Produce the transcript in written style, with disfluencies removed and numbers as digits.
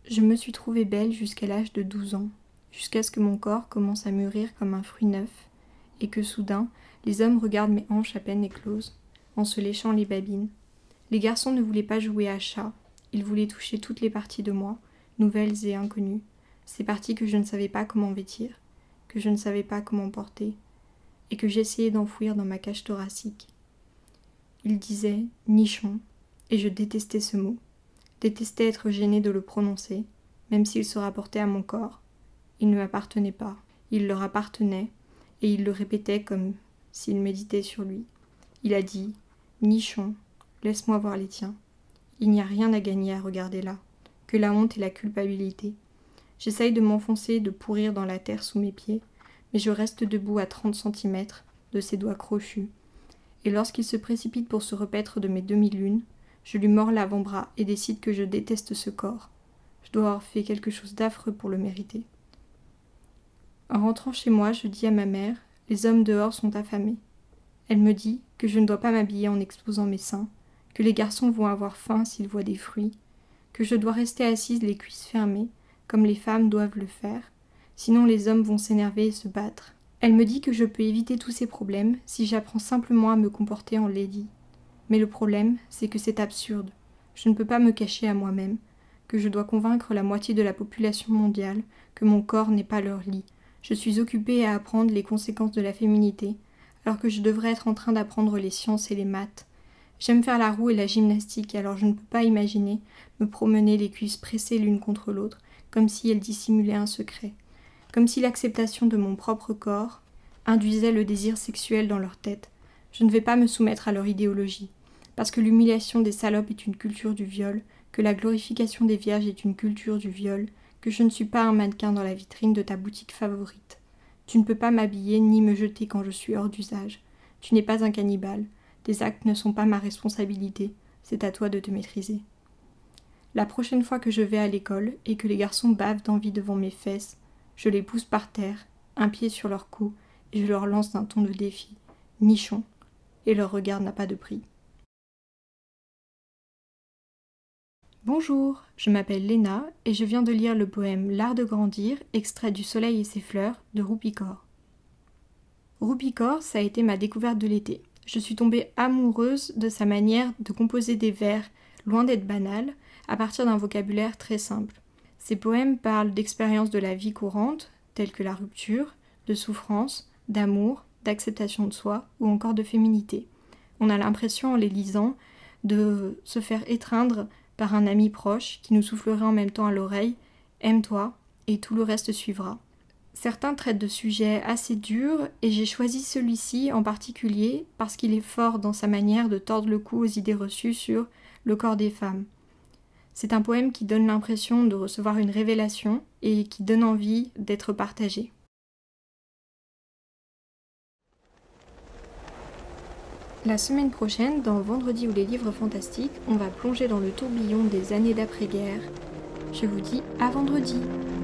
Je me suis trouvée belle jusqu'à l'âge de 12 ans, jusqu'à ce que mon corps commence à mûrir comme un fruit neuf, et que soudain, les hommes regardent mes hanches à peine écloses, en se léchant les babines. Les garçons ne voulaient pas jouer à chat, ils voulaient toucher toutes les parties de moi, nouvelles et inconnues, ces parties que je ne savais pas comment vêtir, que je ne savais pas comment porter, et que j'essayais d'enfouir dans ma cage thoracique. Ils disaient « nichon », et je détestais ce mot. Détestais être gênée de le prononcer, même s'il se rapportait à mon corps. Il ne m'appartenait pas, il leur appartenait, et il le répétait comme s'il méditait sur lui. Il a dit « Nichon, laisse-moi voir les tiens. Il n'y a rien à gagner à regarder là, que la honte et la culpabilité. J'essaye de m'enfoncer, de pourrir dans la terre sous mes pieds, mais je reste debout à 30 centimètres de ses doigts crochus. Et lorsqu'il se précipite pour se repaître de mes demi-lunes, je lui mords l'avant-bras et décide que je déteste ce corps. Je dois avoir fait quelque chose d'affreux pour le mériter. En rentrant chez moi, je dis à ma mère « Les hommes dehors sont affamés ». Elle me dit que je ne dois pas m'habiller en exposant mes seins, que les garçons vont avoir faim s'ils voient des fruits, que je dois rester assise les cuisses fermées, comme les femmes doivent le faire, sinon les hommes vont s'énerver et se battre. Elle me dit que je peux éviter tous ces problèmes si j'apprends simplement à me comporter en lady. Mais le problème, c'est que c'est absurde. Je ne peux pas me cacher à moi-même, que je dois convaincre la moitié de la population mondiale que mon corps n'est pas leur lit. Je suis occupée à apprendre les conséquences de la féminité, alors que je devrais être en train d'apprendre les sciences et les maths. J'aime faire la roue et la gymnastique, alors je ne peux pas imaginer me promener les cuisses pressées l'une contre l'autre, comme si elles dissimulaient un secret. Comme si l'acceptation de mon propre corps induisait le désir sexuel dans leur tête. Je ne vais pas me soumettre à leur idéologie. Parce que l'humiliation des salopes est une culture du viol, que la glorification des vierges est une culture du viol, que je ne suis pas un mannequin dans la vitrine de ta boutique favorite. Tu ne peux pas m'habiller ni me jeter quand je suis hors d'usage. Tu n'es pas un cannibale. Tes actes ne sont pas ma responsabilité. C'est à toi de te maîtriser. La prochaine fois que je vais à l'école et que les garçons bavent d'envie devant mes fesses, je les pousse par terre, un pied sur leur cou, et je leur lance d'un ton de défi. Nichon. Et leur regard n'a pas de prix. Bonjour, je m'appelle Léna et je viens de lire le poème L'art de grandir, extrait du Soleil et ses fleurs de Rupi Kaur. Rupi Kaur, ça a été ma découverte de l'été. Je suis tombée amoureuse de sa manière de composer des vers, loin d'être banals, à partir d'un vocabulaire très simple. Ses poèmes parlent d'expériences de la vie courante, telles que la rupture, de souffrance, d'amour, d'acceptation de soi ou encore de féminité. On a l'impression en les lisant de se faire étreindre par un ami proche qui nous soufflerait en même temps à l'oreille « Aime-toi et tout le reste suivra ». Certains traitent de sujets assez durs et j'ai choisi celui-ci en particulier parce qu'il est fort dans sa manière de tordre le cou aux idées reçues sur le corps des femmes. C'est un poème qui donne l'impression de recevoir une révélation et qui donne envie d'être partagé. La semaine prochaine, dans Vendredi ou les livres fantastiques, on va plonger dans le tourbillon des années d'après-guerre. Je vous dis à vendredi!